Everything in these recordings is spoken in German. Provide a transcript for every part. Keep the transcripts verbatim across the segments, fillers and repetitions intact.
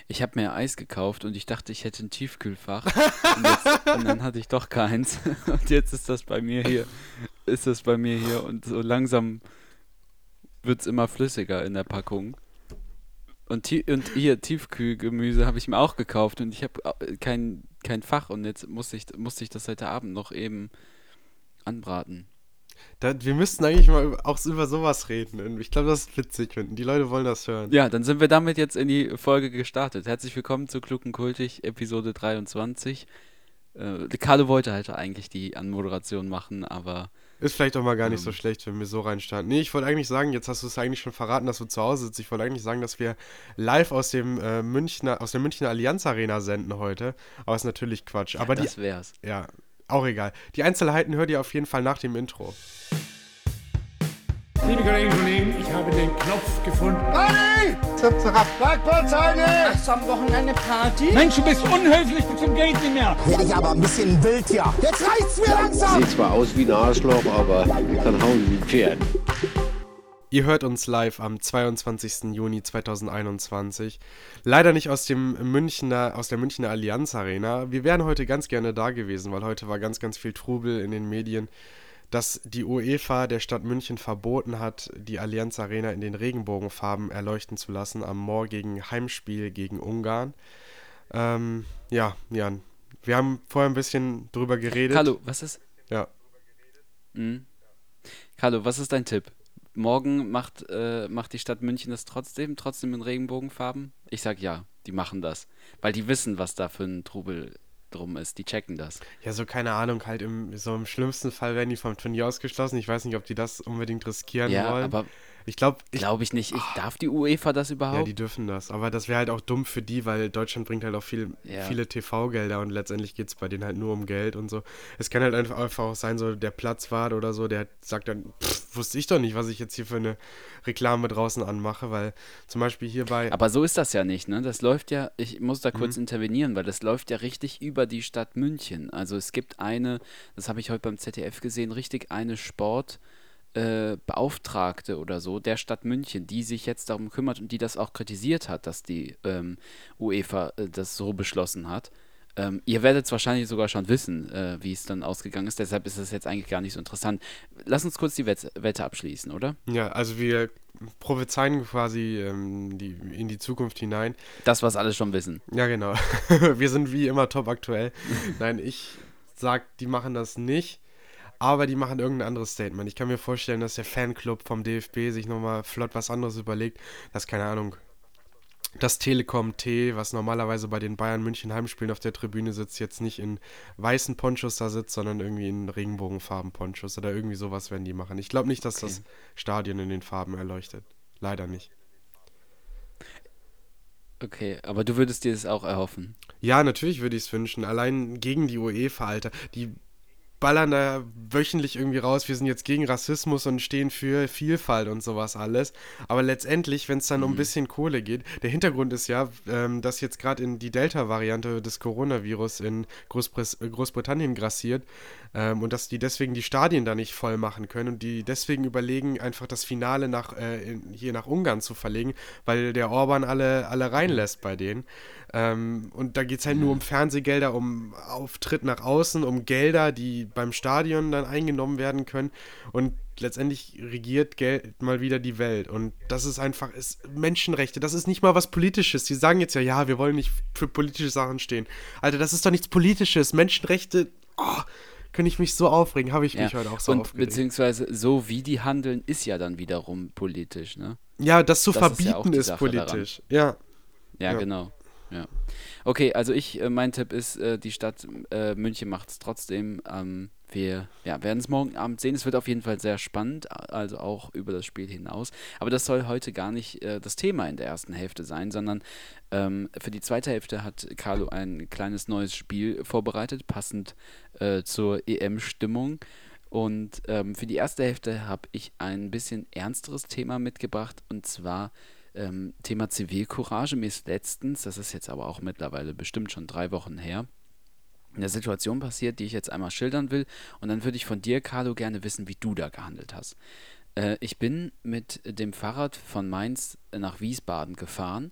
Ich habe mir Eis gekauft und ich dachte, ich hätte ein Tiefkühlfach. Und jetzt, und dann hatte ich doch keins. Und jetzt ist das bei mir hier, ist das bei mir hier und so langsam wird es immer flüssiger in der Packung. Und, tie und hier Tiefkühlgemüse habe ich mir auch gekauft und ich habe kein, kein Fach und jetzt musste ich, musste ich das heute Abend noch eben anbraten. Da, wir müssten eigentlich mal auch über sowas reden. Und ich glaube, das ist witzig und die Leute wollen das hören. Ja, dann sind wir damit jetzt in die Folge gestartet. Herzlich willkommen zu Klug und Kultig, Episode dreiundzwanzig. Äh, Carlo wollte halt eigentlich die Anmoderation machen, aber Ist vielleicht auch mal gar nicht so ähm, schlecht, wenn wir so reinstarten. Nee, ich wollte eigentlich sagen, jetzt hast du es eigentlich schon verraten, dass du zu Hause sitzt. Ich wollte eigentlich sagen, dass wir live aus dem äh, Münchner, aus der Münchner Allianz Arena senden heute. Aber ist natürlich Quatsch. ja, Aber die, das wär's. ja, auch egal. Die Einzelheiten hört ihr auf jeden Fall nach dem Intro. Liebe Kolleginnen und Kollegen, ich habe den Knopf gefunden. Party! Zap, zap. Parkplatzheide! Hast du am Wochenende Party? Mensch, du bist unhöflich bis zum geht nicht mehr. Werde ich aber ein bisschen wild hier. Jetzt reicht's mir langsam! Sieht zwar aus wie ein Arschloch, aber kann hauen wie ein Pferd. Ihr hört uns live am zweiundzwanzigsten Juni zweitausendeinundzwanzig. Leider nicht aus dem Münchner, aus der Münchner Allianz Arena. Wir wären heute ganz gerne da gewesen, weil heute war ganz, ganz viel Trubel in den Medien, dass die UEFA der Stadt München verboten hat, die Allianz Arena in den Regenbogenfarben erleuchten zu lassen am morgigen Heimspiel gegen Ungarn. Ähm, ja, Jan, wir haben vorher ein bisschen drüber geredet. Carlo, was ist? Ja. Mhm. Carlo, was ist dein Tipp? Morgen macht, äh, macht die Stadt München das trotzdem, trotzdem in Regenbogenfarben? Ich sag ja, die machen das. Weil die wissen, was da für ein Trubel drum ist. Die checken das. Ja, so keine Ahnung, halt im, so im schlimmsten Fall werden die vom Turnier ausgeschlossen. Ich weiß nicht, ob die das unbedingt riskieren Ja, wollen. aber Ich glaube, ich, glaube ich nicht. Ich, darf die UEFA das ja, überhaupt? die dürfen das. Aber das wäre halt auch dumm für die, weil Deutschland bringt halt auch viel, Ja. viele T V-Gelder und letztendlich geht es bei denen halt nur um Geld und so. Es kann halt einfach, einfach auch sein, so der Platzwart oder so, der sagt dann, pff, wusste ich doch nicht, was ich jetzt hier für eine Reklame draußen anmache, weil zum Beispiel hier bei, Aber so ist das ja nicht, ne? Das läuft ja, ich muss da kurz Mhm. intervenieren, weil das läuft ja richtig über die Stadt München. Also es gibt eine, das habe ich heute beim Z D F gesehen, richtig eine Sport, äh, Beauftragte oder so der Stadt München, die sich jetzt darum kümmert und die das auch kritisiert hat, dass die ähm, UEFA äh, das so beschlossen hat. Ähm, ihr werdet es wahrscheinlich sogar schon wissen, äh, wie es dann ausgegangen ist, deshalb ist es jetzt eigentlich gar nicht so interessant. Lass uns kurz die Wette, Wette abschließen, oder? ja, also wir prophezeien quasi ähm, die, in die Zukunft hinein. Das, was alle schon wissen. Ja, genau. Wir sind wie immer top aktuell. Nein, ich sag, die machen das nicht, aber die machen irgendein anderes Statement. Ich kann mir vorstellen, dass der Fanclub vom D F B sich nochmal flott was anderes überlegt. Das ist keine Ahnung. Das Telekom T, was normalerweise bei den Bayern München Heimspielen auf der Tribüne sitzt, jetzt nicht in weißen Ponchos da sitzt, sondern irgendwie in Regenbogenfarben Ponchos oder irgendwie sowas werden die machen. Ich glaube nicht, dass Okay. das Stadion in den Farben erleuchtet. Leider nicht. Okay, aber du würdest dir das auch erhoffen. Ja, natürlich würde ich es wünschen. Allein gegen die UEFA, Alter. Die ballern da wöchentlich irgendwie raus, wir sind jetzt gegen Rassismus und stehen für Vielfalt und sowas alles. Aber letztendlich, wenn es dann um ein bisschen Kohle geht, der Hintergrund ist ja, ähm, dass jetzt gerade in die Delta-Variante des Coronavirus in Großbris äh, Großbritannien grassiert ähm, und dass die deswegen die Stadien da nicht voll machen können und die deswegen überlegen, einfach das Finale nach, äh, in, hier nach Ungarn zu verlegen, weil der Orban alle, alle reinlässt bei denen. Ähm, und da geht es halt nur um Fernsehgelder, um Auftritt nach außen, um Gelder, die beim Stadion dann eingenommen werden können. Und letztendlich regiert Geld mal wieder die Welt. Und das ist einfach ist Menschenrechte. Das ist nicht mal was Politisches. Die sagen jetzt ja, ja, wir wollen nicht für politische Sachen stehen. Alter, das ist doch nichts Politisches. Menschenrechte, oh, kann ich mich so aufregen. Habe ich mich Ja. heute auch so Und aufgeregt. beziehungsweise so wie die handeln, ist ja dann wiederum politisch, ne? Ja, das zu Das ist ja verbieten auch die ist Sache politisch. Ja, Ja, Ja. genau. Ja. Okay, also ich, äh, mein Tipp ist, äh, die Stadt äh, München macht es trotzdem. Ähm, wir ja, werden es morgen Abend sehen. Es wird auf jeden Fall sehr spannend, a- also auch über das Spiel hinaus. Aber das soll heute gar nicht äh, das Thema in der ersten Hälfte sein, sondern ähm, für die zweite Hälfte hat Carlo ein kleines neues Spiel vorbereitet, passend äh, zur E M-Stimmung. Und ähm, für die erste Hälfte habe ich ein bisschen ernsteres Thema mitgebracht, und zwar ähm, Thema Zivilcourage. Mir ist letztens, das ist jetzt aber auch mittlerweile bestimmt schon drei Wochen her, eine Situation passiert, die ich jetzt einmal schildern will. Und dann würde ich von dir, Carlo, gerne wissen, wie du da gehandelt hast. Äh, ich bin mit dem Fahrrad von Mainz nach Wiesbaden gefahren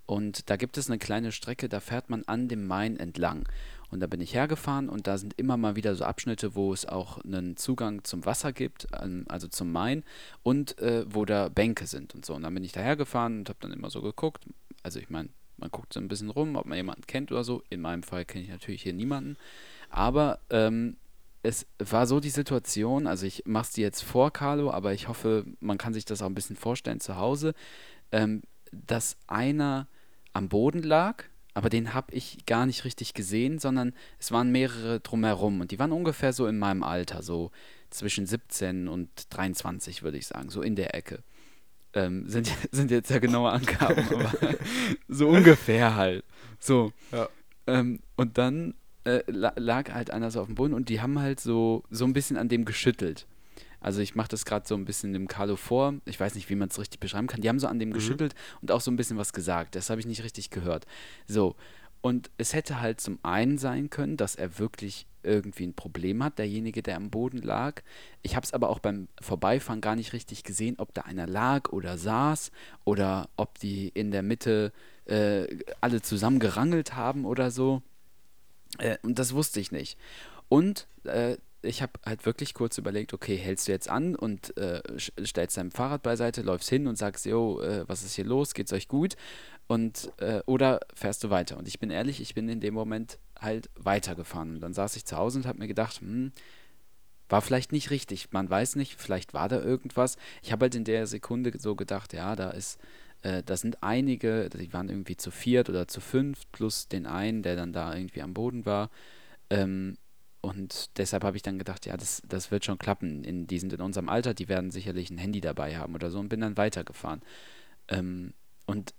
Und da gibt es eine kleine Strecke, da fährt man an dem Main entlang. Und da bin ich hergefahren und da sind immer mal wieder so Abschnitte, wo es auch einen Zugang zum Wasser gibt, ähm, also zum Main und äh, wo da Bänke sind und so. Und dann bin ich da hergefahren und habe dann immer so geguckt. Also ich meine, man guckt so ein bisschen rum, ob man jemanden kennt oder so. In meinem Fall kenne ich natürlich hier niemanden. Aber ähm, es war so die Situation, also ich mache es dir jetzt vor, Carlo, aber ich hoffe, man kann sich das auch ein bisschen vorstellen zu Hause, ähm, dass einer am Boden lag, aber den habe ich gar nicht richtig gesehen, sondern es waren mehrere drumherum und die waren ungefähr so in meinem Alter, so zwischen siebzehn und dreiundzwanzig, würde ich sagen, so in der Ecke. Ähm, sind, sind jetzt ja genaue Angaben, aber so ungefähr halt. So. Ja. Ähm, und dann äh, la- lag halt einer so auf dem Boden und die haben halt so, so ein bisschen an dem geschüttelt. Also ich mache das gerade so ein bisschen dem Carlo vor. Ich weiß nicht, wie man es richtig beschreiben kann. Die haben so an dem geschüttelt und auch so ein bisschen was gesagt. Das habe ich nicht richtig gehört. So. Und es hätte halt zum einen sein können, dass er wirklich irgendwie ein Problem hat, derjenige, der am Boden lag. Ich habe es aber auch beim Vorbeifahren gar nicht richtig gesehen, ob da einer lag oder saß oder ob die in der Mitte äh, alle zusammen gerangelt haben oder so. Äh, und das wusste ich nicht. Und äh, ich habe halt wirklich kurz überlegt, okay, hältst du jetzt an und äh, sch- stellst dein Fahrrad beiseite, läufst hin und sagst, jo, äh, was ist hier los, geht's euch gut? Und, äh, oder fährst du weiter? Und ich bin ehrlich, ich bin in dem Moment halt weitergefahren. Und dann saß ich zu Hause und habe mir gedacht, hm, war vielleicht nicht richtig, man weiß nicht, vielleicht war da irgendwas. Ich habe halt in der Sekunde so gedacht, ja, da ist, äh, da sind einige, die waren irgendwie zu viert oder zu fünft, plus den einen, der dann da irgendwie am Boden war. Ähm, und deshalb habe ich dann gedacht, ja, das, das wird schon klappen. In, die sind in unserem Alter, die werden sicherlich ein Handy dabei haben oder so und bin dann weitergefahren. Ähm, und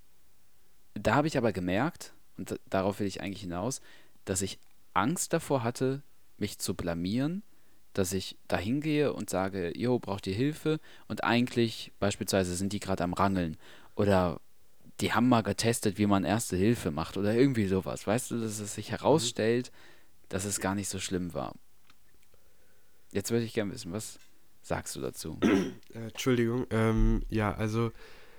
da habe ich aber gemerkt, und da- darauf will ich eigentlich hinaus, dass ich Angst davor hatte, mich zu blamieren, dass ich da hingehe und sage, jo, braucht ihr Hilfe? Und eigentlich beispielsweise sind die gerade am Rangeln oder die haben mal getestet, wie man Erste Hilfe macht oder irgendwie sowas. Weißt du, dass es sich herausstellt, dass es gar nicht so schlimm war. Jetzt würde ich gerne wissen, was sagst du dazu? Äh, Entschuldigung. Ähm, ja, also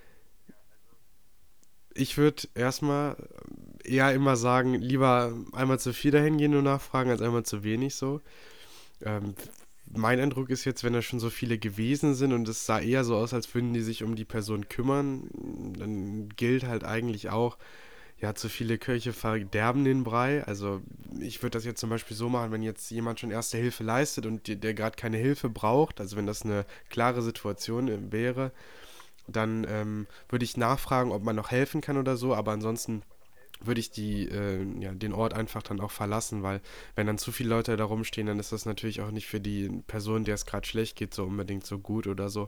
ich würde erstmal eher immer sagen, lieber einmal zu viel dahin gehen und nachfragen, als einmal zu wenig so. Ähm, Mein Eindruck ist jetzt, wenn da schon so viele gewesen sind und es sah eher so aus, als würden die sich um die Person kümmern, dann gilt halt eigentlich auch, ja, zu viele Köche verderben den Brei. Also ich würde das jetzt zum Beispiel so machen, wenn jetzt jemand schon Erste Hilfe leistet und die, der gerade keine Hilfe braucht, also wenn das eine klare Situation äh, wäre, dann ähm, würde ich nachfragen, ob man noch helfen kann oder so, aber ansonsten würde ich die, äh, ja, den Ort einfach dann auch verlassen, weil wenn dann zu viele Leute da rumstehen, dann ist das natürlich auch nicht für die Person, der es gerade schlecht geht, so unbedingt so gut oder so.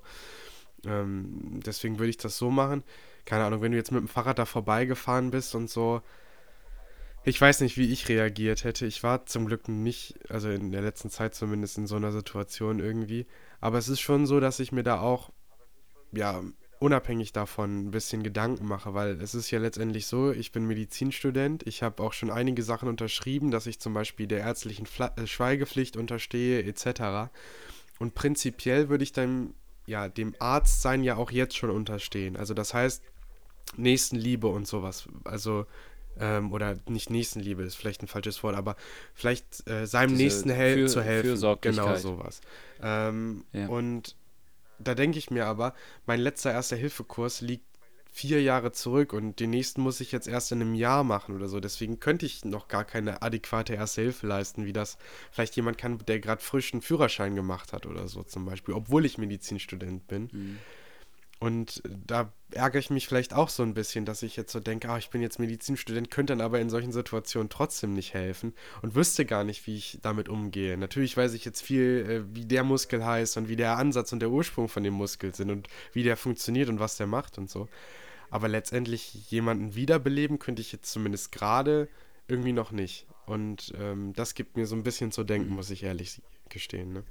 Ähm, deswegen würde ich das so machen. Keine Ahnung, wenn du jetzt mit dem Fahrrad da vorbeigefahren bist und so, ich weiß nicht, wie ich reagiert hätte. Ich war zum Glück nicht, also in der letzten Zeit zumindest in so einer Situation irgendwie. Aber es ist schon so, dass ich mir da auch, ja, unabhängig davon ein bisschen Gedanken mache, weil es ist ja letztendlich so, ich bin Medizinstudent, ich habe auch schon einige Sachen unterschrieben, dass ich zum Beispiel der ärztlichen Fla äh, Schweigepflicht unterstehe, et cetera. Und prinzipiell würde ich dann, ja, dem Arztsein ja auch jetzt schon unterstehen. Also das heißt, Nächstenliebe und sowas. Also, ähm, oder nicht Nächstenliebe, ist vielleicht ein falsches Wort, aber vielleicht äh, seinem Diese Nächsten hel Für, zu helfen. Genau Fürsorglichkeit. sowas. Ähm, Ja. und da denke ich mir aber, mein letzter Erste-Hilfe-Kurs liegt vier Jahre zurück und den nächsten muss ich jetzt erst in einem Jahr machen oder so. Deswegen könnte ich noch gar keine adäquate Erste Hilfe leisten, wie das vielleicht jemand kann, der gerade frisch einen Führerschein gemacht hat oder so zum Beispiel, obwohl ich Medizinstudent bin. Mhm. Und da ärgere ich mich vielleicht auch so ein bisschen, dass ich jetzt so denke, ah, ich bin jetzt Medizinstudent, könnte dann aber in solchen Situationen trotzdem nicht helfen und wüsste gar nicht, wie ich damit umgehe. Natürlich weiß ich jetzt viel, äh, wie der Muskel heißt und wie der Ansatz und der Ursprung von dem Muskel sind und wie der funktioniert und was der macht und so. Aber letztendlich jemanden wiederbeleben könnte ich jetzt zumindest gerade irgendwie noch nicht. Und ähm, das gibt mir so ein bisschen zu denken, muss ich ehrlich gestehen. Ne?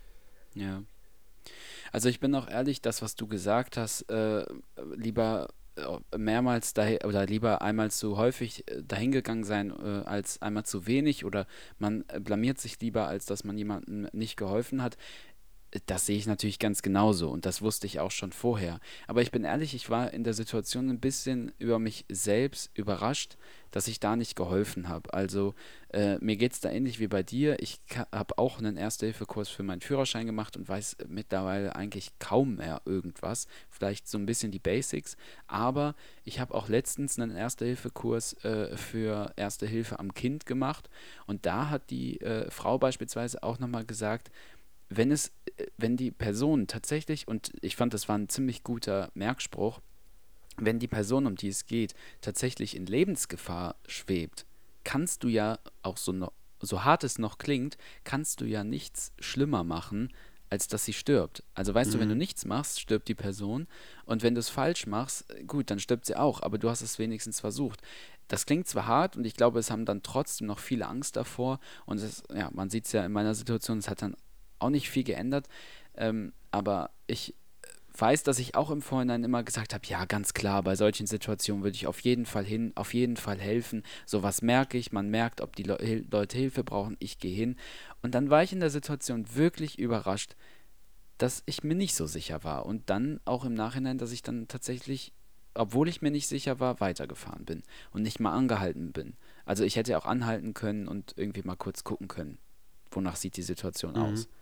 Ja. Also ich bin auch ehrlich, das, was du gesagt hast, äh, lieber äh, mehrmals dahin oder lieber einmal zu häufig äh, dahingegangen sein äh, als einmal zu wenig oder man äh, blamiert sich lieber, als dass man jemandem nicht geholfen hat. das sehe ich natürlich ganz genauso und das wusste ich auch schon vorher. Aber ich bin ehrlich, ich war in der Situation ein bisschen über mich selbst überrascht, dass ich da nicht geholfen habe. Also äh, mir geht es da ähnlich wie bei dir. Ich habe auch einen Erste-Hilfe-Kurs für meinen Führerschein gemacht und weiß mittlerweile eigentlich kaum mehr irgendwas. Vielleicht so ein bisschen die Basics. Aber ich habe auch letztens einen Erste-Hilfe-Kurs äh, für Erste Hilfe am Kind gemacht. Und da hat die äh, Frau beispielsweise auch nochmal gesagt, wenn es, äh, wenn die Person tatsächlich, und ich fand, das war ein ziemlich guter Merkspruch, wenn die Person, um die es geht, tatsächlich in Lebensgefahr schwebt, kannst du ja, auch so, no, so hart es noch klingt, kannst du ja nichts schlimmer machen, als dass sie stirbt. Also weißt du, wenn du nichts machst, stirbt die Person und wenn du es falsch machst, gut, dann stirbt sie auch, aber du hast es wenigstens versucht. Das klingt zwar hart und ich glaube, es haben dann trotzdem noch viele Angst davor und es, ja, man sieht es ja in meiner Situation, es hat dann auch nicht viel geändert, ähm, aber ich weiß, dass ich auch im Vorhinein immer gesagt habe, ja, ganz klar, bei solchen Situationen würde ich auf jeden Fall hin, auf jeden Fall helfen. Sowas merke ich, man merkt, ob die Le Hil- Leute Hilfe brauchen, ich gehe hin. Und dann war ich in der Situation wirklich überrascht, dass ich mir nicht so sicher war. Und dann auch im Nachhinein, dass ich dann tatsächlich, obwohl ich mir nicht sicher war, weitergefahren bin und nicht mal angehalten bin. Also ich hätte auch anhalten können und irgendwie mal kurz gucken können, wonach sieht die Situation Mhm. aus.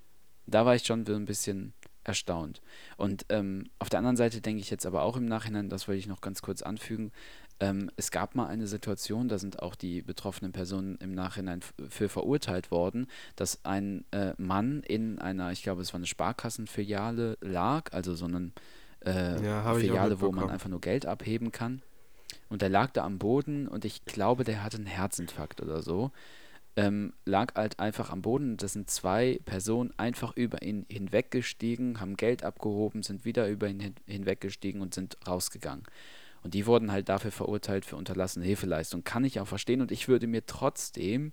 Da war ich schon so ein bisschen erstaunt. Und ähm, auf der anderen Seite denke ich jetzt aber auch im Nachhinein, das wollte ich noch ganz kurz anfügen, ähm, es gab mal eine Situation, da sind auch die betroffenen Personen im Nachhinein f- für verurteilt worden, dass ein äh, Mann in einer, ich glaube, es war eine Sparkassenfiliale lag, also so eine äh, Ja, habe ich auch Filiale, wo man mitbekommen. einfach nur Geld abheben kann. Und der lag da am Boden und ich glaube, der hatte einen Herzinfarkt oder so, ähm, lag halt einfach am Boden. Das sind zwei Personen einfach über ihn hinweggestiegen, haben Geld abgehoben, sind wieder über ihn hin hinweggestiegen und sind rausgegangen. Und die wurden halt dafür verurteilt für unterlassene Hilfeleistung. Kann ich auch verstehen und ich würde mir trotzdem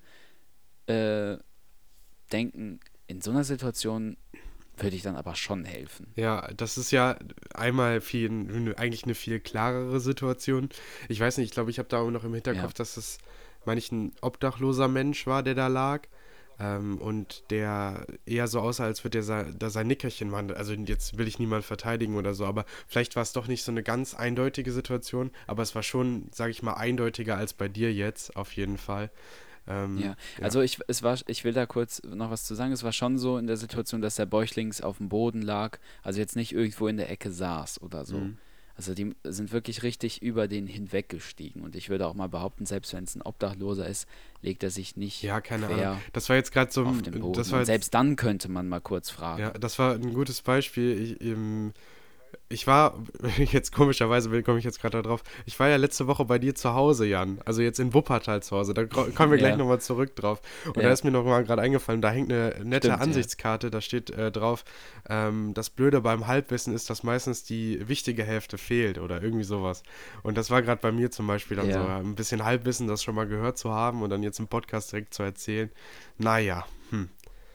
äh, denken, in so einer Situation würde ich dann aber schon helfen. Ja, das ist ja einmal viel, n- eigentlich eine viel klarere Situation. Ich weiß nicht, ich glaube, ich habe da auch noch im Hinterkopf, Ja. dass es, meine ich, ein obdachloser Mensch war, der da lag. Ähm, und der eher so aussah, als würde er sein, da sein Nickerchen machen. Also jetzt will ich niemanden verteidigen oder so, aber vielleicht war es doch nicht so eine ganz eindeutige Situation, aber es war schon, sage ich mal, eindeutiger als bei dir jetzt, auf jeden Fall. Ähm, Ja, also ich, es war, ich will da kurz noch was zu sagen. Es war schon so in der Situation, dass der Bäuchlings auf dem Boden lag, also jetzt nicht irgendwo in der Ecke saß oder so. Mhm. Also die sind wirklich richtig über den hinweggestiegen. Und ich würde auch mal behaupten, selbst wenn es ein Obdachloser ist, legt er sich nicht Ja, keine quer Ahnung. Das war jetzt gerade so, auf ein- den Boden. das war Und jetzt, selbst dann könnte man mal kurz fragen. ja, das war ein gutes Beispiel. Ich, ähm, ich war, jetzt komischerweise will- komme ich jetzt gerade da drauf, ich war ja letzte Woche bei dir zu Hause, Jan. Also jetzt in Wuppertal zu Hause. Da gro- kommen wir gleich Ja. nochmal zurück drauf. Und Ja. da ist mir noch mal gerade eingefallen, da hängt eine nette Stimmt, ja. Ansichtskarte, da steht äh, drauf, ähm, das Blöde beim Halbwissen ist, dass meistens die wichtige Hälfte fehlt oder irgendwie sowas. Und das war gerade bei mir zum Beispiel dann Ja. so, ein bisschen Halbwissen, das schon mal gehört zu haben und dann jetzt im Podcast direkt zu erzählen. Naja, hm.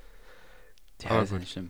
Ja, Aber ist ja gut. nicht schlimm.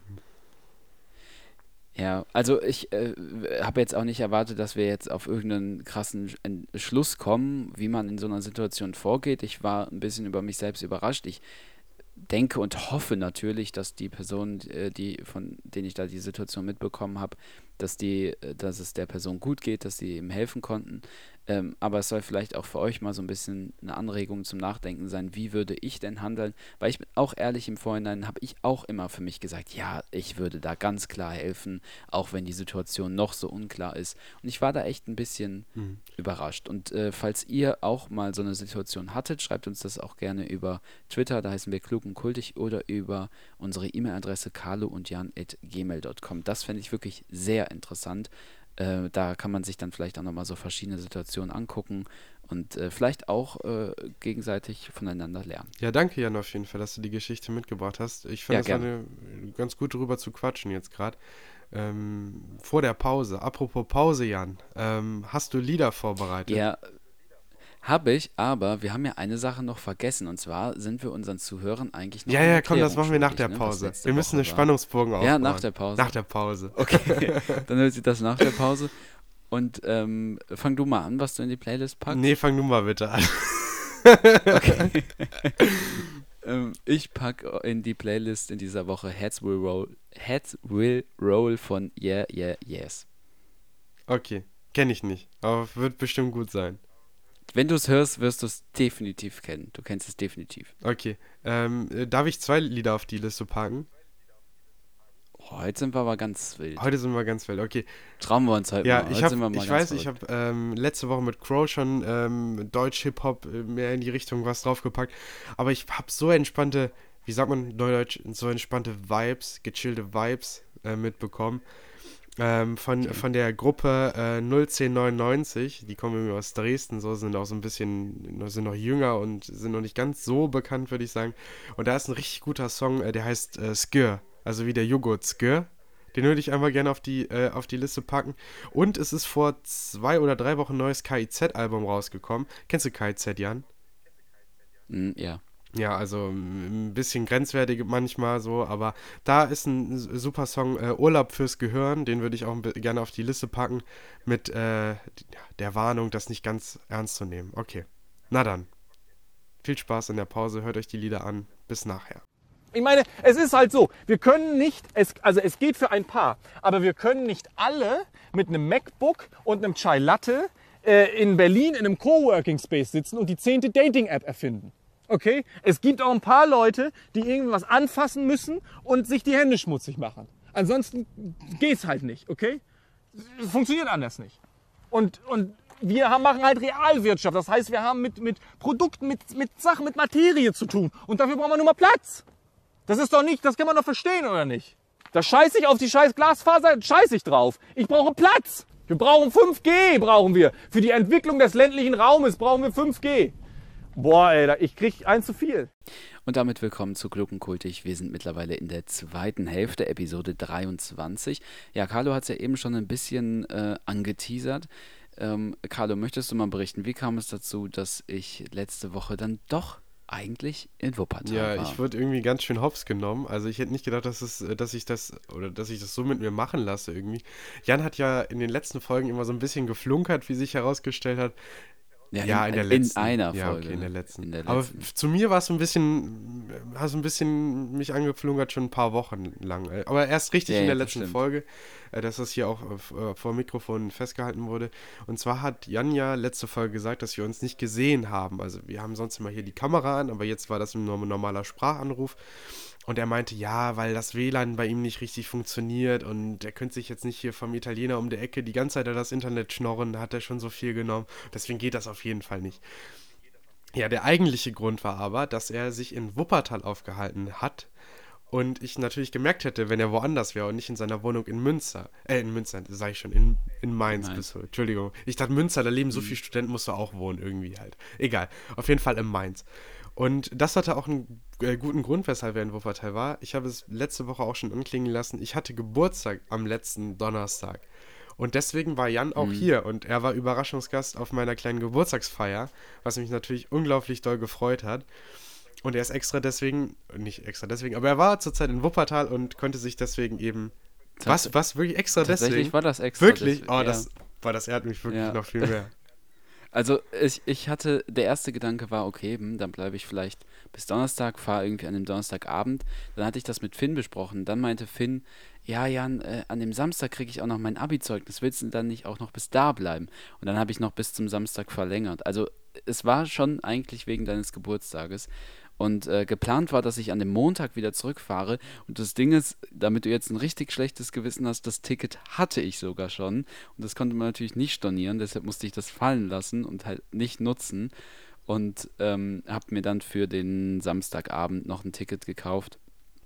Ja, also ich äh, habe jetzt auch nicht erwartet, dass wir jetzt auf irgendeinen krassen Sch- en- Schluss kommen, wie man in so einer Situation vorgeht. Ich war ein bisschen über mich selbst überrascht. Ich denke und hoffe natürlich, dass die Person, äh, die, von denen ich da die Situation mitbekommen habe, dass die, äh, dass es der Person gut geht, dass sie ihm helfen konnten. Ähm, aber es soll vielleicht auch für euch mal so ein bisschen eine Anregung zum Nachdenken sein, wie würde ich denn handeln? Weil ich bin auch ehrlich, im Vorhinein habe ich auch immer für mich gesagt, ja, ich würde da ganz klar helfen, auch wenn die Situation noch so unklar ist. Und ich war da echt ein bisschen Mhm. überrascht. Und äh, falls ihr auch mal so eine Situation hattet, schreibt uns das auch gerne über Twitter, da heißen wir klug und kultig, oder über unsere E-Mail-Adresse carlo und jan at gmail punkt com. Das fände ich wirklich sehr interessant. Äh, da kann man sich dann vielleicht auch nochmal so verschiedene Situationen angucken und äh, vielleicht auch äh, gegenseitig voneinander lernen. Ja, danke Jan auf jeden Fall, dass du die Geschichte mitgebracht hast. Ich finde, Ja, das war gerne. eine, ganz gut drüber zu quatschen jetzt gerade. Ähm, vor der Pause. Apropos Pause, Jan. Ähm, hast du Lieder vorbereitet? Ja, habe ich, aber wir haben ja eine Sache noch vergessen und zwar sind wir unseren Zuhörern eigentlich noch Ja, eine ja, komm, das Erklärung machen wir nach schuldig, der ne, was Pause. letzte Wir müssen Woche einen war. Spannungsbogen aufbauen. Ja, nach der Pause. Nach der Pause. Okay, dann hört sich das nach der Pause. Und ähm, fang du mal an, was du in die Playlist packst. Nee, fang du mal bitte an. Okay. ähm, ich packe in die Playlist in dieser Woche Heads Will Roll, Heads Will Roll von Yeah, Yeah, Yes. Okay, kenne ich nicht, aber wird bestimmt gut sein. Wenn du es hörst, wirst du es definitiv kennen. Du kennst es definitiv. Okay, ähm, äh, darf ich zwei Lieder auf die Liste packen? Oh, heute sind wir aber ganz wild. Heute sind wir ganz wild, okay. Trauen wir uns heute Ja, mal. ich, Heute hab, sind wir mal ich ganz weiß, ich verrückt. habe ähm, letzte Woche mit Crow schon ähm, Deutsch-Hip-Hop äh, mehr in die Richtung was draufgepackt, aber ich habe so entspannte, wie sagt man Neudeutsch, so entspannte Vibes, gechillte Vibes äh, mitbekommen. Ähm, von, Okay. von der Gruppe äh, null zehn neunundneunzig, die kommen irgendwie aus Dresden, so sind auch so ein bisschen, sind noch jünger und sind noch nicht ganz so bekannt, würde ich sagen. Und da ist ein richtig guter Song, äh, der heißt äh, Skir, also wie der Joghurt Skir. Den würde ich einmal gerne auf die, äh, auf die Liste packen. Und es ist vor zwei oder drei Wochen ein neues K I Z-Album rausgekommen. Kennst du K I Z, Jan? Mm, ja. Ja, also ein bisschen grenzwertig manchmal so, aber da ist ein super Song, äh, Urlaub fürs Gehirn, den würde ich auch gerne auf die Liste packen, mit äh, der Warnung, das nicht ganz ernst zu nehmen. Okay, na dann. Viel Spaß in der Pause, hört euch die Lieder an. Bis nachher. Ich meine, es ist halt so, wir können nicht, es, also es geht für ein Paar, aber wir können nicht alle mit einem MacBook und einem Chai Latte äh, in Berlin in einem Coworking Space sitzen und die zehnte Dating-App erfinden. Okay? Es gibt auch ein paar Leute, die irgendwas anfassen müssen und sich die Hände schmutzig machen. Ansonsten geht's halt nicht, okay? Funktioniert anders nicht. Und, und wir haben, machen halt Realwirtschaft. Das heißt, wir haben mit, mit Produkten, mit, mit Sachen, mit Materie zu tun. Und dafür brauchen wir nur mal Platz. Das ist doch nicht, das kann man doch verstehen, oder nicht? Da scheiße ich auf die scheiß Glasfaser, scheiße ich drauf. Ich brauche Platz. Wir brauchen fünf G, brauchen wir. Für die Entwicklung des ländlichen Raumes brauchen wir fünf G. Boah, ey, ich krieg eins zu viel. Und damit willkommen zu Klug und Kultig. Wir sind mittlerweile in der zweiten Hälfte, Episode dreiundzwanzig. Ja, Carlo hat es ja eben schon ein bisschen äh, angeteasert. Ähm, Carlo, möchtest du mal berichten, wie kam es dazu, dass ich letzte Woche dann doch eigentlich in Wuppertal Ja, war? ich wurde irgendwie ganz schön hops genommen. Also ich hätte nicht gedacht, dass es, dass ich das oder dass ich das so mit mir machen lasse irgendwie. Jan hat ja in den letzten Folgen immer so ein bisschen geflunkert, wie sich herausgestellt hat. Ja, Ja, in, in der in letzten. einer Ja, Folge. okay, in der letzten. In der Aber letzten. f- zu mir war es so ein bisschen, hast ein bisschen mich angeflunkert schon ein paar Wochen lang. Aber erst richtig Ja, in ja, der das letzten stimmt. Folge, äh, dass das hier auch äh, vor Mikrofon festgehalten wurde. Und zwar hat Jan ja letzte Folge gesagt, dass wir uns nicht gesehen haben. Also wir haben sonst immer hier die Kamera an, aber jetzt war das ein norm- normaler Sprachanruf. Und er meinte, ja, weil das W L A N bei ihm nicht richtig funktioniert und er könnte sich jetzt nicht hier vom Italiener um die Ecke die ganze Zeit das Internet schnorren, da hat er schon so viel genommen. Deswegen geht das auf jeden Fall nicht. Ja, der eigentliche Grund war aber, dass er sich in Wuppertal aufgehalten hat und ich natürlich gemerkt hätte, wenn er woanders wäre und nicht in seiner Wohnung in Münster, äh, in Münster, sag ich schon, in, in Mainz, Mainz. bist du, Entschuldigung. Ich dachte, Münster, da leben so viele Studenten, musst du auch wohnen irgendwie halt. Egal, auf jeden Fall in Mainz. Und das hatte auch einen äh, guten Grund, weshalb er in Wuppertal war. Ich habe es letzte Woche auch schon anklingen lassen. Ich hatte Geburtstag am letzten Donnerstag. Und deswegen war Jan auch hier und er war Überraschungsgast auf meiner kleinen Geburtstagsfeier, was mich natürlich unglaublich doll gefreut hat. Und er ist extra deswegen, nicht extra deswegen, aber er war zurzeit in Wuppertal und konnte sich deswegen eben, was, was, wirklich extra Tatsächlich deswegen? war das extra. Wirklich? deswegen, Oh, ja. das, boah, das ehrt mich wirklich Ja. noch viel mehr. Also ich, ich hatte, der erste Gedanke war, okay, hm, dann bleibe ich vielleicht bis Donnerstag, fahre irgendwie an dem Donnerstagabend. Dann hatte ich das mit Finn besprochen. Dann meinte Finn, ja Jan, äh, an dem Samstag kriege ich auch noch mein Abi-Zeugnis. Willst du dann nicht auch noch bis da bleiben? Und dann habe ich noch bis zum Samstag verlängert. Also es war schon eigentlich wegen deines Geburtstages. Und äh, geplant war, dass ich an dem Montag wieder zurückfahre. Und das Ding ist, damit du jetzt ein richtig schlechtes Gewissen hast, das Ticket hatte ich sogar schon. Und das konnte man natürlich nicht stornieren. Deshalb musste ich das fallen lassen und halt nicht nutzen. Und ähm, habe mir dann für den Samstagabend noch ein Ticket gekauft.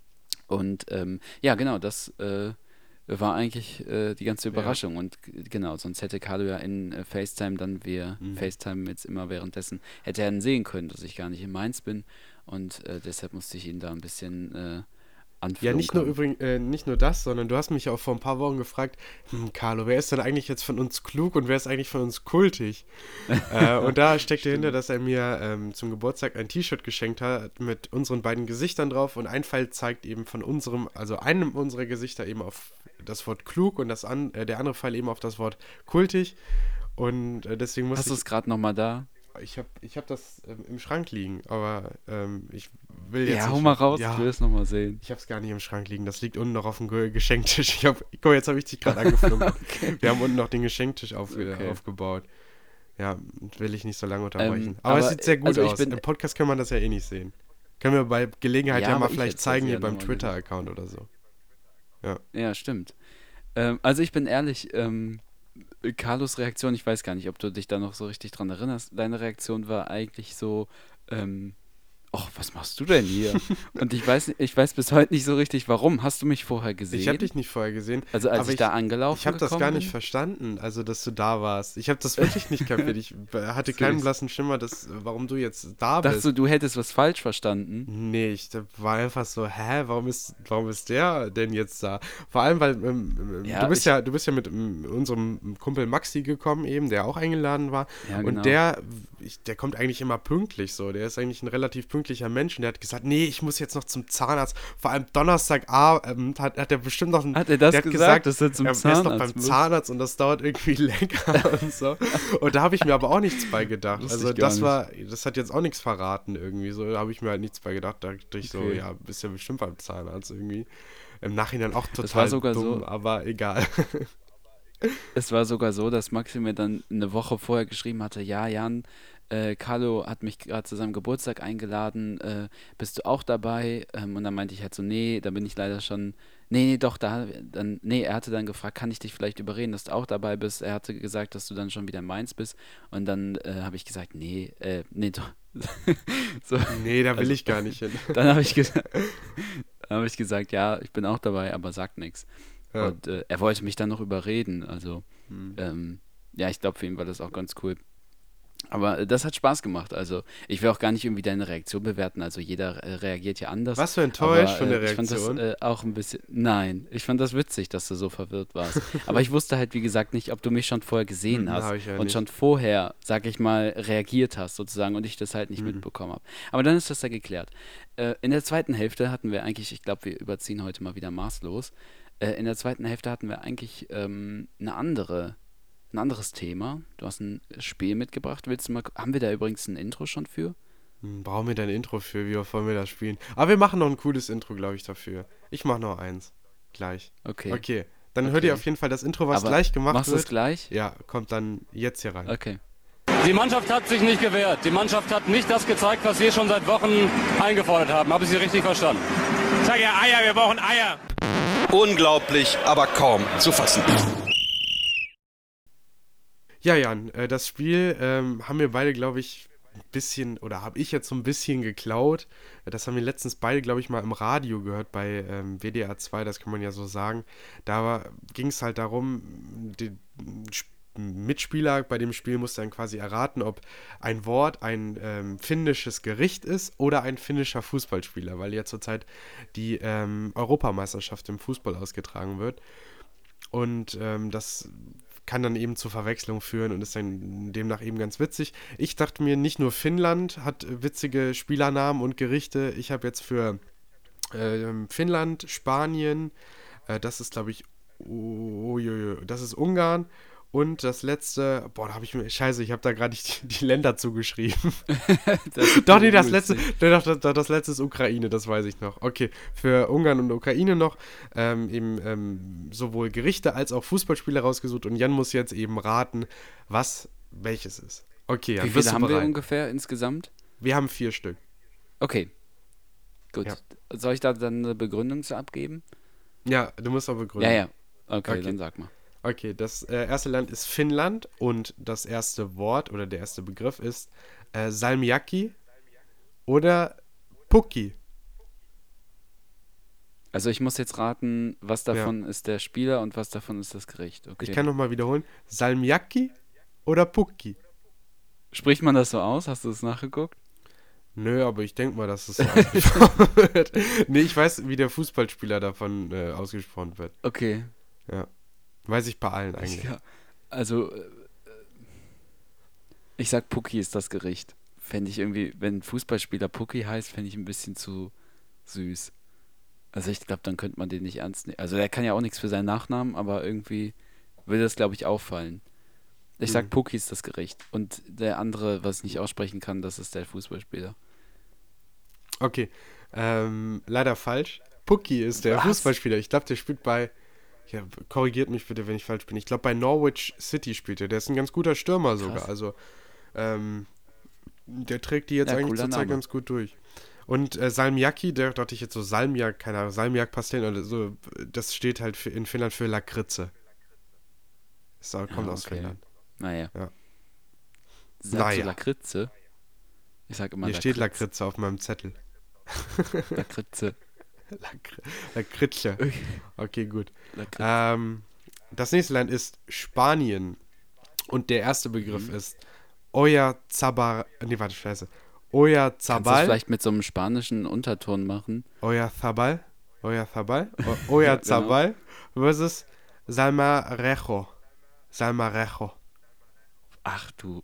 Und ähm, ja, genau, das äh, war eigentlich äh, die ganze Überraschung. Und g- genau, sonst hätte Carlo ja in äh, FaceTime dann, wir Mhm. FaceTime jetzt immer währenddessen, hätte er dann sehen können, dass ich gar nicht in Mainz bin. Und äh, deshalb musste ich ihn da ein bisschen äh, anflunkern. Ja, nicht nur übrigens, äh, nicht nur das, sondern du hast mich ja auch vor ein paar Wochen gefragt, hm, Carlo, wer ist denn eigentlich jetzt von uns klug und wer ist eigentlich von uns kultig? äh, und da steckt dahinter, dass er mir ähm, zum Geburtstag ein T-Shirt geschenkt hat mit unseren beiden Gesichtern drauf und ein Pfeil zeigt eben von unserem, also einem unserer Gesichter eben auf das Wort klug und das an, äh, der andere Pfeil eben auf das Wort kultig. Und äh, deswegen muss Hast du ich... es gerade nochmal da? Ich habe ich hab das ähm, im Schrank liegen, aber ähm, ich will jetzt Ja, nicht... hau mal raus, Ja, ich will es nochmal sehen. ich habe es gar nicht im Schrank liegen. Das liegt unten noch auf dem Ge- Geschenktisch. Ich hab, guck mal, jetzt habe ich dich gerade angeflunkert. Okay. Wir haben unten noch den Geschenktisch aufge Okay. aufgebaut. Ja, will ich nicht so lange unterbrechen. Ähm, aber, es aber, sieht sehr gut also ich aus. bin- Im Podcast kann man das ja eh nicht sehen. Können wir bei Gelegenheit Ja, ja, aber mal ich vielleicht erzähl's zeigen ja hier beim nochmal. Twitter-Account oder so. Ja, stimmt. Ähm, also ich bin ehrlich, ähm, Carlos Reaktion, ich weiß gar nicht, ob du dich da noch so richtig dran erinnerst. Deine Reaktion war eigentlich so, ähm, ach, was machst du denn hier? Und ich weiß, ich weiß bis heute nicht so richtig, warum. Hast du mich vorher gesehen? Ich habe dich nicht vorher gesehen. Also als aber ich, ich, da angelaufen Ich habe das gekommen gar nicht bin? verstanden, also dass du da warst. Ich habe das wirklich nicht kapiert. Ich hatte Süß. keinen blassen Schimmer, dass, warum du jetzt da Dachtest bist. du, du hättest was falsch verstanden? Nee, ich da war einfach so, hä, warum ist, warum ist der denn jetzt da? Vor allem, weil ähm, Ja, du bist ich- ja, du bist ja mit ähm, unserem Kumpel Maxi gekommen eben, der auch eingeladen war. Ja, Und genau. der, ich, der kommt eigentlich immer pünktlich so. Der ist eigentlich ein relativ pünktlicher Mensch und der hat gesagt, nee, ich muss jetzt noch zum Zahnarzt. Vor allem Donnerstagabend hat, hat er bestimmt noch ein, Hat er das der hat gesagt, dass er zum er, er ist noch Zahnarzt beim muss? Zahnarzt und das dauert irgendwie länger und so. Und da habe ich mir aber auch nichts bei gedacht. Wusste Also ich gar das nicht. war, das hat jetzt auch nichts verraten irgendwie. So, da habe ich mir halt nichts bei gedacht. Da dachte ich so, Okay. ja, bist ja bestimmt beim Zahnarzt irgendwie. Im Nachhinein auch total Das war sogar dumm, so- aber egal. Es war sogar so, dass Maxi mir dann eine Woche vorher geschrieben hatte, ja, Jan, äh, Carlo hat mich gerade zu seinem Geburtstag eingeladen, äh, bist du auch dabei? Ähm, und dann meinte ich halt so, nee, da bin ich leider schon, nee, nee, doch, da, dann, nee, er hatte dann gefragt, kann ich dich vielleicht überreden, dass du auch dabei bist? Er hatte gesagt, dass du dann schon wieder in Mainz bist und dann äh, habe ich gesagt, nee, äh, nee, doch. so, Nee, da will Also- ich gar nicht hin. dann habe ich gesagt, dann habe ich gesagt, ja, ich bin auch dabei, aber sagt nichts. Ja. Und äh, er wollte mich dann noch überreden. Also, Hm. ähm, ja, ich glaube, für ihn war das auch ganz cool. Aber äh, das hat Spaß gemacht. Also, ich will auch gar nicht irgendwie deine Reaktion bewerten. Also, jeder äh, reagiert ja anders. Warst du enttäuscht Aber, von der äh, Ich fand Reaktion? das äh, auch ein bisschen. Nein, ich fand das witzig, dass du so verwirrt warst. Aber ich wusste halt, wie gesagt, nicht, ob du mich schon vorher gesehen Hm, hast hab ich ja und nicht. schon vorher, sag ich mal, reagiert hast, sozusagen, und ich das halt nicht Hm. mitbekommen habe. Aber dann ist das ja geklärt. Äh, in der zweiten Hälfte hatten wir eigentlich, ich glaube, wir überziehen heute mal wieder maßlos. Äh, in der zweiten Hälfte hatten wir eigentlich ähm, eine andere, ein anderes Thema. Du hast ein Spiel mitgebracht. Willst du mal, haben wir da übrigens ein Intro schon für? Hm, brauchen wir dein Intro für? Wie oft wollen wir das spielen? Aber wir machen noch ein cooles Intro, glaube ich, dafür. Ich mache noch eins. Gleich. Okay. Okay. Dann hört Okay. ihr auf jeden Fall das Intro, was Aber gleich gemacht machst du es wird. gleich? Ja, kommt dann jetzt hier rein. Okay. Die Mannschaft hat sich nicht gewehrt. Die Mannschaft hat nicht das gezeigt, was wir schon seit Wochen eingefordert haben. Habe ich Sie richtig verstanden? Ich sage ja Eier, wir brauchen Eier. Unglaublich, aber kaum zu fassen. Ja, Jan, äh, das Spiel ähm, haben wir beide, glaube ich, ein bisschen, oder habe ich jetzt so ein bisschen geklaut. Das haben wir letztens beide, glaube ich, mal im Radio gehört bei ähm, W D R zwei, das kann man ja so sagen. Da ging es halt darum, die Sp- Mitspieler bei dem Spiel musste dann quasi erraten, ob ein Wort ein ähm, finnisches Gericht ist oder ein finnischer Fußballspieler, weil ja zurzeit die ähm, Europameisterschaft im Fußball ausgetragen wird. Und ähm, das kann dann eben zur Verwechslung führen und ist dann demnach eben ganz witzig. Ich dachte mir, nicht nur Finnland hat witzige Spielernamen und Gerichte. Ich habe jetzt für ähm, Finnland, Spanien, äh, das ist glaube ich, oh, oh, oh, oh, das ist Ungarn. Und das letzte, boah, da habe ich mir, scheiße, ich habe da gerade die, die Länder zugeschrieben. Das Doch, nee, das ist letzte, witzig. nee, doch, das, das letzte ist Ukraine, das weiß ich noch. Okay, für Ungarn und Ukraine noch ähm, eben ähm, sowohl Gerichte als auch Fußballspiele rausgesucht und Jan muss jetzt eben raten, was welches ist. Okay, Jan, Wie bist viele du haben wir bereit? ungefähr insgesamt? Wir haben vier Stück. Okay. Gut. Ja. Soll ich da dann eine Begründung zu abgeben? Ja, du musst auch begründen. Ja, ja. Okay, Okay. dann sag mal. Okay, das äh, erste Land ist Finnland und das erste Wort oder der erste Begriff ist äh, Salmiakki oder Pukki. Also ich muss jetzt raten, was davon ist der Spieler und was davon ist das Gericht. Okay. Ich kann nochmal wiederholen. Salmiakki oder Pukki? Spricht man das so aus? Hast du das nachgeguckt? Nö, aber ich denke mal, dass es so ausgesprochen wird. Nee, ich weiß, wie der Fußballspieler davon äh, ausgesprochen wird. Okay. Ja. Weiß ich bei allen eigentlich. Ja. Also, äh, ich sag, Pucki ist das Gericht. Fände ich irgendwie, wenn ein Fußballspieler Pucki heißt, fände ich ein bisschen zu süß. Also ich glaube, dann könnte man den nicht ernst nehmen. Also der kann ja auch nichts für seinen Nachnamen, aber irgendwie würde das, glaube ich, auffallen. Ich sag, Pucki ist das Gericht. Und der andere, was ich nicht aussprechen kann, das ist der Fußballspieler. Okay, ähm, leider falsch. Pucki ist der Was? Fußballspieler. Ich glaube, der spielt bei, ja, korrigiert mich bitte, wenn ich falsch bin. Ich glaube, bei Norwich City spielt er. Der ist ein ganz guter Stürmer sogar. Krass. Also, ähm, der trägt die jetzt Ja, eigentlich cooler zurzeit Name. ganz gut durch. Und äh, Salmiakki, der dachte ich jetzt so Salmiak, keine Ahnung, Salmiak-Pastillen oder so, das steht halt für, in Finnland für Lakritze. Das kommt Ah, aus okay. Finnland. Naja. Ja. Sagst Naja. du Lakritze? Ich sag immer Hier steht Lakritz. Lakritze auf meinem Zettel. Lakritze. Lakr Lakritze. Okay, gut. Lakritze. Ähm, das nächste Land ist Spanien. Und der erste Begriff Mhm. ist Oyarzabal. Nee, warte, scheiße. Kannst du das Oyarzabal. vielleicht mit so einem spanischen Unterton machen? Oyarzabal. Oyarzabal. O- Oyarzabal versus Salmorejo. Salmorejo. Ach du.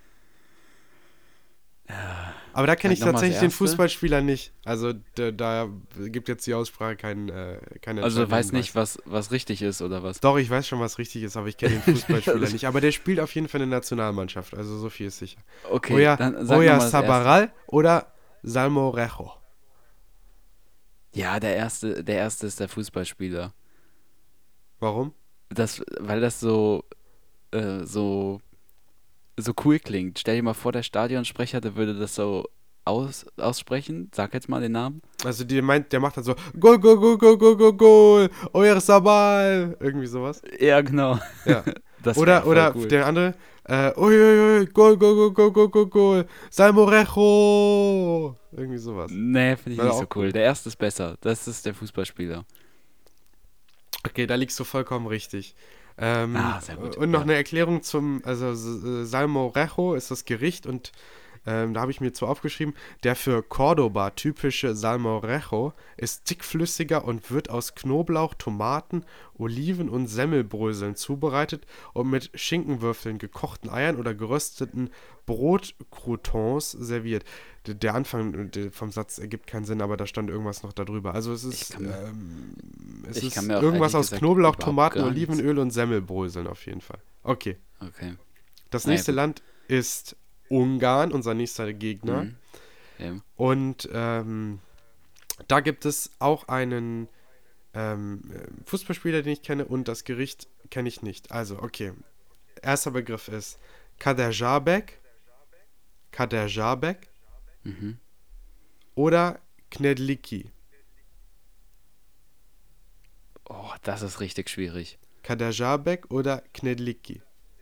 Aber da kenne ich Sag noch mal das tatsächlich den erste. Fußballspieler nicht. Also da, da gibt jetzt die Aussprache kein, äh, keine Also du entscheidenden weißt nicht, Hinweise. was, was richtig ist oder was? Doch, ich weiß schon, was richtig ist, aber ich kenne den Fußballspieler nicht. Aber der spielt auf jeden Fall in der Nationalmannschaft, also so viel ist sicher. Okay, Oya, dann sag noch mal Oya das erste. Sabaral oder Salmorejo? Ja, der erste, der erste ist der Fußballspieler. Warum? Das, weil das so, äh, so, so cool klingt. Stell dir mal vor, der Stadionsprecher, der würde das so aus, aussprechen. Sag jetzt mal den Namen. Also die meint, der macht dann so Gol, Gol, Gol, Gol, Gol, Gol, Gol, Oya Sabal, irgendwie sowas. Ja, genau. Ja. Das wär Oder, voll oder cool. der andere, äh, oi, oi, oi, Gol, Gol, Gol, Gol, Gol, Gol, Gol, Salmorejo, irgendwie sowas. Nee, finde ich War nicht auch so cool. Der erste ist besser. Das ist der Fußballspieler. Okay, da liegst du vollkommen richtig. Ähm, Ah, sehr gut, Und noch ja. eine Erklärung zum, also S- äh, Salmorejo ist das Gericht und ähm, da habe ich mir zu aufgeschrieben, der für Cordoba typische Salmorejo ist dickflüssiger und wird aus Knoblauch, Tomaten, Oliven und Semmelbröseln zubereitet und mit Schinkenwürfeln, gekochten Eiern oder gerösteten Brotcroutons serviert. Der, der Anfang der- vom Satz ergibt keinen Sinn, aber da stand irgendwas noch darüber. Also es ist, Ich kann mir- ähm, es ich ist kann mir auch irgendwas ehrlich aus gesagt Knoblauch, überhaupt Tomaten, gar nichts- Olivenöl und Semmelbröseln auf jeden Fall. Okay. Okay. Das Na ja, nächste gut. Land ist Ungarn, unser nächster Gegner. Mhm. Ja. Und ähm, da gibt es auch einen ähm, Fußballspieler, den ich kenne, und das Gericht kenne ich nicht. Also, okay. Erster Begriff ist Kaderjabek, Kaderjabek Mhm. oder Knedliki. Oh, das ist richtig schwierig. Kaderjabek oder Knedliki.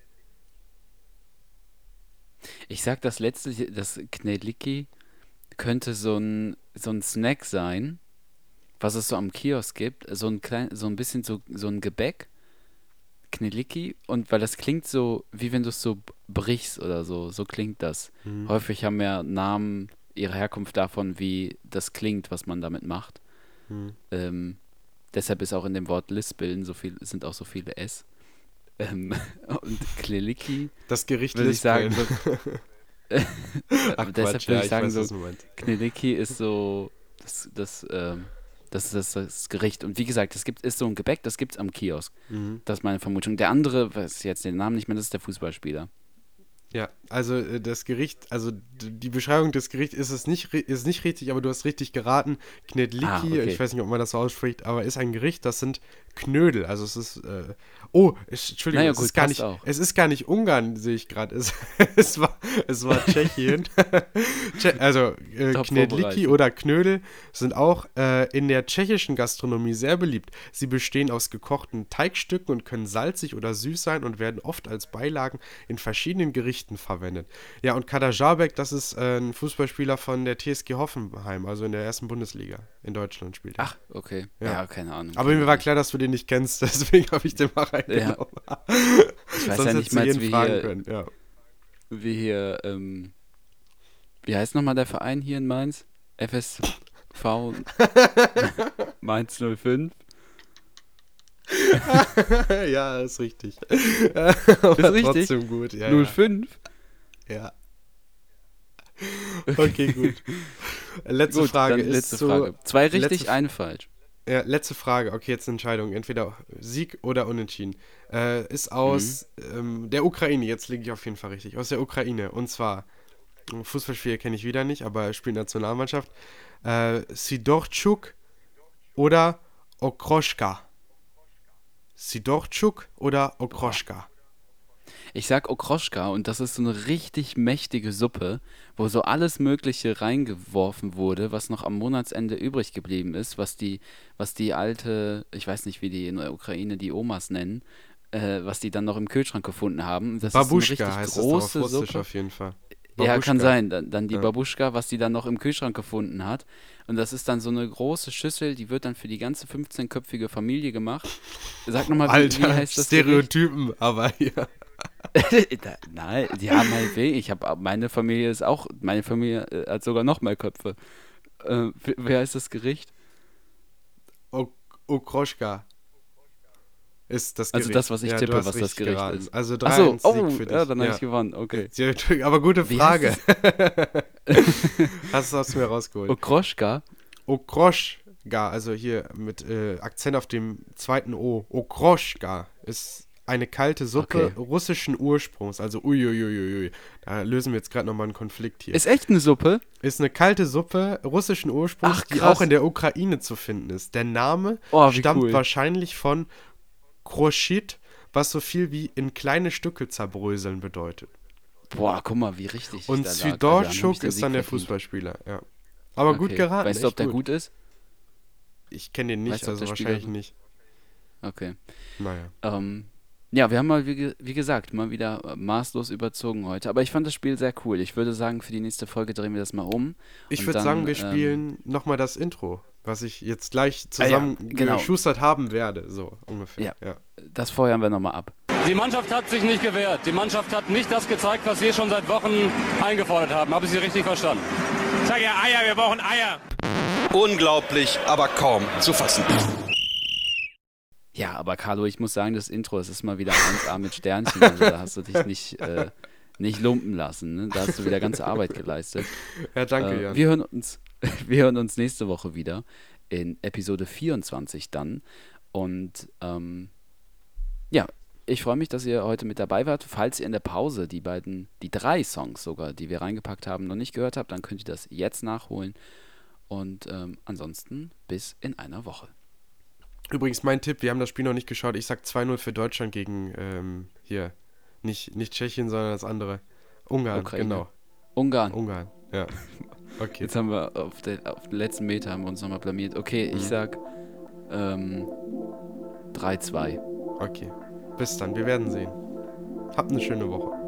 Ich sag, das letzte, hier- das Knedliki könnte so ein, so ein Snack sein, was es so am Kiosk gibt. So ein klein, so ein bisschen so, so ein Gebäck. Knedliki. Und weil das klingt so, wie wenn du es so brichst oder so. So klingt das. Mhm. Häufig haben ja Namen ihre Herkunft davon, wie das klingt, was man damit macht. Mhm. Ähm, deshalb ist auch in dem Wort Lispeln so viel, sind auch so viele S. Ähm, und Knedliki, Das Gericht würde ich sagen, Lispeln. aber Ach, deshalb Quatsch, würde ja, ich ich sagen, weiß, was so du meinst. Knedliki ist so das, das, ähm, das ist das, das Gericht. Und wie gesagt, es gibt, ist so ein Gebäck, das gibt es am Kiosk. Mhm. Das ist meine Vermutung. Der andere, weiß jetzt den Namen nicht mehr, das ist der Fußballspieler. Ja, also äh, das Gericht, also d- die Beschreibung des Gerichts ist es nicht, ri- ist nicht richtig, aber du hast richtig geraten. Knedliki, Ah, okay. ich weiß nicht, ob man das so ausspricht, aber ist ein Gericht, das sind Knödel. Also es ist, äh, oh, es- Entschuldigung, Naja, es, gut, ist gar passt nicht, auch. es ist gar nicht Ungarn, sehe ich gerade. Es, es, war, es war Tschechien. Tsche- also äh, Top Knedliki vorbereitet. oder Knödel sind auch äh, in der tschechischen Gastronomie sehr beliebt. Sie bestehen aus gekochten Teigstücken und können salzig oder süß sein und werden oft als Beilagen in verschiedenen Gerichten verwendet. Ja, und Kaderjabek, das ist äh, ein Fußballspieler von der T S G Hoffenheim, also in der ersten Bundesliga in Deutschland spielt er. Ach, okay. Ja. Ja, keine Ahnung. Aber mir war klar, dass du den nicht kennst, deswegen habe ich den mal reingenommen. Ich weiß Sonst ja nicht hättest du mal, jeden wie fragen hier, können. Ja. wie hier, ähm, wie heißt nochmal der Verein hier in Mainz? F S V Mainz null fünf. Ja, ist richtig. Aber Ist richtig? trotzdem gut. Ja, null fünf? ja. ja. Okay, gut. Letzte Gut, Frage dann ist letzte so, Frage. Zwei richtig, letzte- eine falsch. Ja, letzte Frage. Okay, jetzt eine Entscheidung. Entweder Sieg oder Unentschieden. Äh, ist aus mhm. ähm, der Ukraine. Jetzt liege ich auf jeden Fall richtig. Aus der Ukraine. Und zwar, Fußballspieler kenne ich wieder nicht, aber er spielt Nationalmannschaft. Äh, Sidorchuk oder Okroschka. Sidorchuk oder Okroschka. Ich sag Okroschka und das ist so eine richtig mächtige Suppe, wo so alles Mögliche reingeworfen wurde, was noch am Monatsende übrig geblieben ist, was die, was die alte, ich weiß nicht, wie die in der Ukraine die Omas nennen, äh, was die dann noch im Kühlschrank gefunden haben. Das Babuschka ist eine richtig heißt große das auf Russisch Suppe. auf jeden Fall. Ja, kann Babuschka. sein. Dann, dann die Ja. Babuschka, was die dann noch im Kühlschrank gefunden hat. Und das ist dann so eine große Schüssel, die wird dann für die ganze fünfzehnköpfige Familie gemacht. Sag nochmal, wie, Alter, wie heißt das Stereotypen, aber ja. Da- Nein, die haben halt weh. Ich habe meine Familie ist auch, meine Familie äh, hat sogar noch mehr Köpfe. Äh, wie, wie heißt das Gericht? O- Okroschka ist das Also Gericht. das, was ich ja, tippe, du hast was das richtig Gericht geraten. ist. Also Ach so, drei eins Sieg oh, für dich. ja, dann habe ich gewonnen. Okay. Ja, aber gute Wie Frage. heißt Hast du aus mir rausgeholt. Okroschka? Okroschka, also hier mit äh, Akzent auf dem zweiten O. Okroschka ist eine kalte Suppe Okay. russischen Ursprungs. Also uiuiuiui. Da lösen wir jetzt gerade nochmal einen Konflikt hier. Ist echt eine Suppe? Ist eine kalte Suppe russischen Ursprungs, Ach, die krass. auch in der Ukraine zu finden ist. Der Name Oh, wie stammt cool. wahrscheinlich von Kroschit, was so viel wie in kleine Stücke zerbröseln bedeutet. Boah, guck mal, wie richtig ich Und da lag. Also, dann hab Sidorchuk ich den ist dann Sieg der verdient. Fußballspieler, ja. Aber gut Okay. geraten. Weißt du, ob echt der gut ist? Ich kenne den nicht, Weißt du, ob also der Spieler wahrscheinlich gut- nicht. Okay. Naja. Ähm, ja, wir haben mal, wie, ge- wie gesagt, mal wieder äh, maßlos überzogen heute. Aber ich fand das Spiel sehr cool. Ich würde sagen, für die nächste Folge drehen wir das mal um. Ich Und würde dann, sagen, wir ähm, spielen nochmal das Intro, was ich jetzt gleich Ah ja, genau. zusammengeschustert haben werde, so ungefähr. Ja. Ja. Das feuern wir nochmal ab. Die Mannschaft hat sich nicht gewehrt. Die Mannschaft hat nicht das gezeigt, was wir schon seit Wochen eingefordert haben. Habe ich Sie richtig verstanden? Ich sage ja Eier, wir brauchen Eier. Unglaublich, aber kaum zu fassen. Ja, aber Carlo, ich muss sagen, das Intro, das ist mal wieder eins A mit Sternchen. Also da hast du dich nicht, äh, nicht lumpen lassen. Ne? Da hast du wieder ganze Arbeit geleistet. Ja, danke, Äh, Jan. wir, hören uns, wir hören uns nächste Woche wieder in Episode vierundzwanzig dann. Und ähm, ja, ich freue mich, dass ihr heute mit dabei wart. Falls ihr in der Pause die beiden, die drei Songs sogar, die wir reingepackt haben, noch nicht gehört habt, dann könnt ihr das jetzt nachholen. Und ähm, ansonsten bis in einer Woche. Übrigens, mein Tipp, wir haben das Spiel noch nicht geschaut. Ich sag zwei null für Deutschland gegen, ähm, hier, nicht, nicht Tschechien, sondern das andere. Ungarn, Ukraine. genau. Ungarn. Ungarn, ja. Okay. Jetzt haben wir auf, den auf den letzten Meter haben wir uns nochmal blamiert. Okay, ich Mhm. sag ähm, drei zwei. Okay. Bis dann, wir werden sehen. Habt eine schöne Woche.